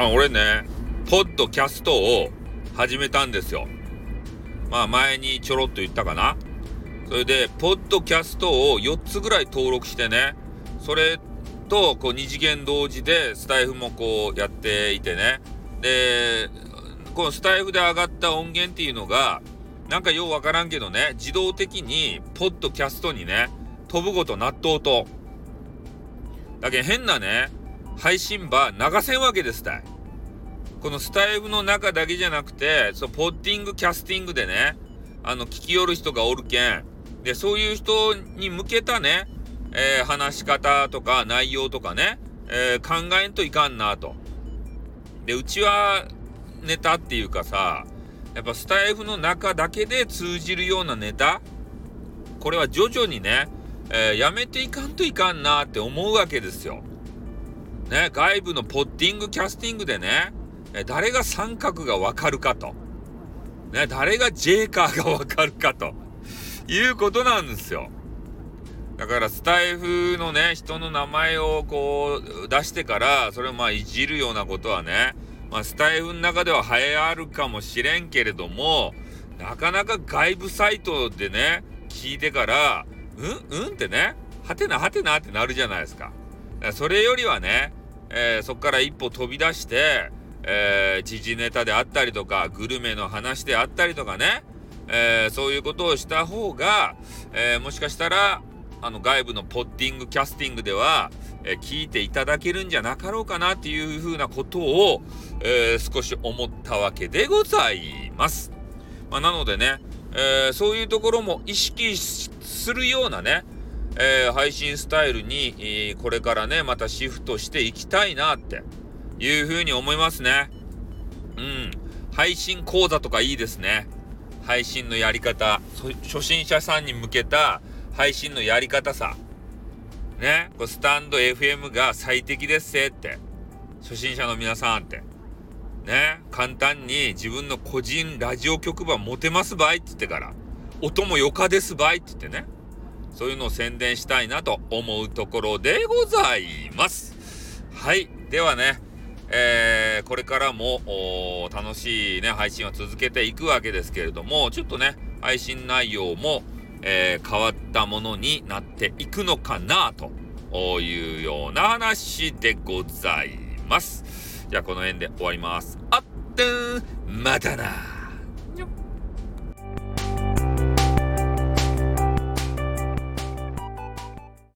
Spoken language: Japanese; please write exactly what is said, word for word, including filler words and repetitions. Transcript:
まあ俺ね、ポッドキャストを始めたんですよ。まあ前にちょろっと言ったかな。それで、ポッドキャストをよっつぐらい登録してね、それとこう二次元同時でスタイフもこうやっていてね。で、このスタイフで上がった音源っていうのが、なんかようわからんけどね、自動的にポッドキャストにね、飛ぶこと納豆と。だけど変なね、配信場流せんわけですたい。このスタイフの中だけじゃなくて、そうポッディングキャスティングでね、あの聞きよる人がおるけん、でそういう人に向けたね、えー、話し方とか内容とかね、えー、考えんといかんなと。でうちはネタっていうかさ、やっぱスタイフの中だけで通じるようなネタ、これは徐々にね、えー、やめていかんといかんなって思うわけですよ。ね、外部のポッディングキャスティングでね、誰が三角がわかるかと、ね、誰がジェイカーがわかるかということなんですよ。だからスタイフのね、人の名前をこう出してからそれをまあいじるようなことはね、まあスタイフの中では流行るかもしれんけれども、なかなか外部サイトでね聞いてからうんうんってね、はてなはてなってなるじゃないですか。それよりはね、えー、そこから一歩飛び出して、えー、時事ネタであったりとかグルメの話であったりとかね、えー、そういうことをした方が、えー、もしかしたらあの外部のポッディングキャスティングでは、えー、聞いていただけるんじゃなかろうかなっていうふうなことを、えー、少し思ったわけでございます。まあ、なのでね、えー、そういうところも意識するようなね、えー、配信スタイルに、えー、これからねまたシフトしていきたいなっていうふうに思いますね。うん、配信講座とかいいですね。配信のやり方、初心者さんに向けた配信のやり方さね、こうスタンド エフエム が最適ですって初心者の皆さんってね、簡単に自分の個人ラジオ局番持てますばいって言ってから、音もよかですばいって言ってね、そういうのを宣伝したいなと思うところでございます。はい。ではね、えー、これからも楽しいね配信を続けていくわけですけれども、ちょっとね配信内容も、えー、変わったものになっていくのかなというような話でございます。じゃあこの辺で終わります。あってーまたな。